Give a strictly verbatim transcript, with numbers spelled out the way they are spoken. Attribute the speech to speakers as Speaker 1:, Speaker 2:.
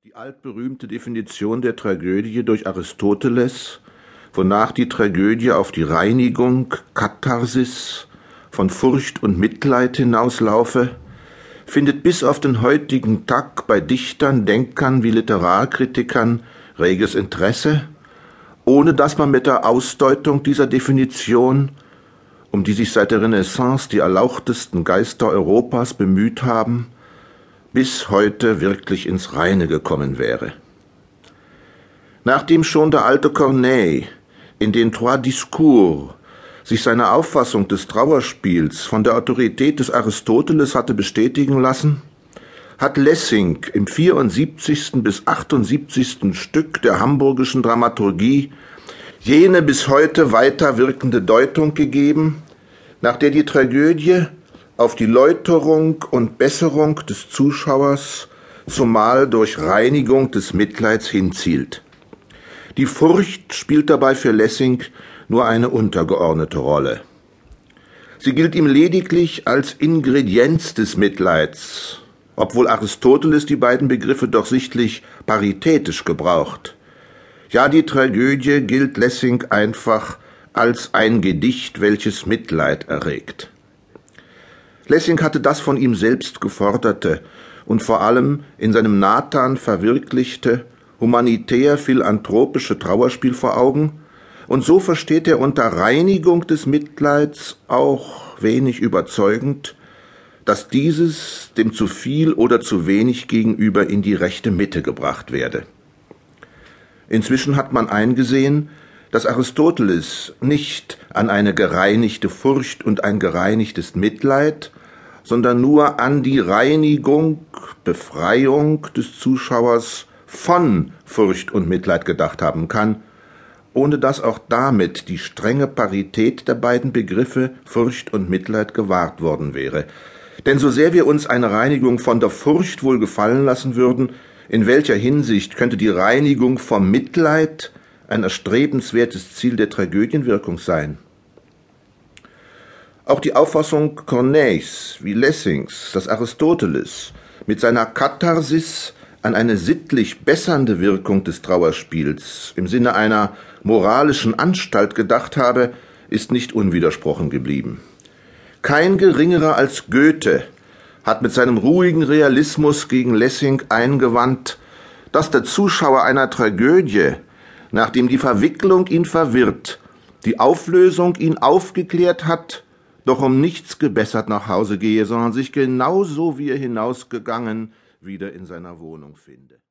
Speaker 1: Die altberühmte Definition der Tragödie durch Aristoteles, wonach die Tragödie auf die Reinigung, Katharsis, von Furcht und Mitleid hinauslaufe, findet bis auf den heutigen Tag bei Dichtern, Denkern wie Literarkritikern reges Interesse, ohne dass man mit der Ausdeutung dieser Definition, um die sich seit der Renaissance die erlauchtesten Geister Europas bemüht haben, bis heute wirklich ins Reine gekommen wäre. Nachdem schon der alte Corneille in den Trois Discours sich seine Auffassung des Trauerspiels von der Autorität des Aristoteles hatte bestätigen lassen, hat Lessing im vierundsiebzigsten bis achtundsiebzigsten Stück der hamburgischen Dramaturgie jene bis heute weiter wirkende Deutung gegeben, nach der die Tragödie auf die Läuterung und Besserung des Zuschauers, zumal durch Reinigung des Mitleids hinzielt. Die Furcht spielt dabei für Lessing nur eine untergeordnete Rolle. Sie gilt ihm lediglich als Ingredienz des Mitleids, obwohl Aristoteles die beiden Begriffe doch sichtlich paritätisch gebraucht. Ja, die Tragödie gilt Lessing einfach als ein Gedicht, welches Mitleid erregt. Lessing hatte das von ihm selbst geforderte und vor allem in seinem Nathan verwirklichte, humanitär-philanthropische Trauerspiel vor Augen, und so versteht er unter Reinigung des Mitleids auch wenig überzeugend, dass dieses dem zu viel oder zu wenig gegenüber in die rechte Mitte gebracht werde. Inzwischen hat man eingesehen, dass Aristoteles nicht an eine gereinigte Furcht und ein gereinigtes Mitleid, sondern nur an die Reinigung, Befreiung des Zuschauers von Furcht und Mitleid gedacht haben kann, ohne dass auch damit die strenge Parität der beiden Begriffe Furcht und Mitleid gewahrt worden wäre. Denn so sehr wir uns eine Reinigung von der Furcht wohl gefallen lassen würden, in welcher Hinsicht könnte die Reinigung vom Mitleid ein erstrebenswertes Ziel der Tragödienwirkung sein? Auch die Auffassung Corneilles wie Lessings, dass Aristoteles mit seiner Katharsis an eine sittlich bessernde Wirkung des Trauerspiels im Sinne einer moralischen Anstalt gedacht habe, ist nicht unwidersprochen geblieben. Kein geringerer als Goethe hat mit seinem ruhigen Realismus gegen Lessing eingewandt, dass der Zuschauer einer Tragödie, nachdem die Verwicklung ihn verwirrt, die Auflösung ihn aufgeklärt hat, doch um nichts gebessert nach Hause gehe, sondern sich genauso wie er hinausgegangen wieder in seiner Wohnung finde.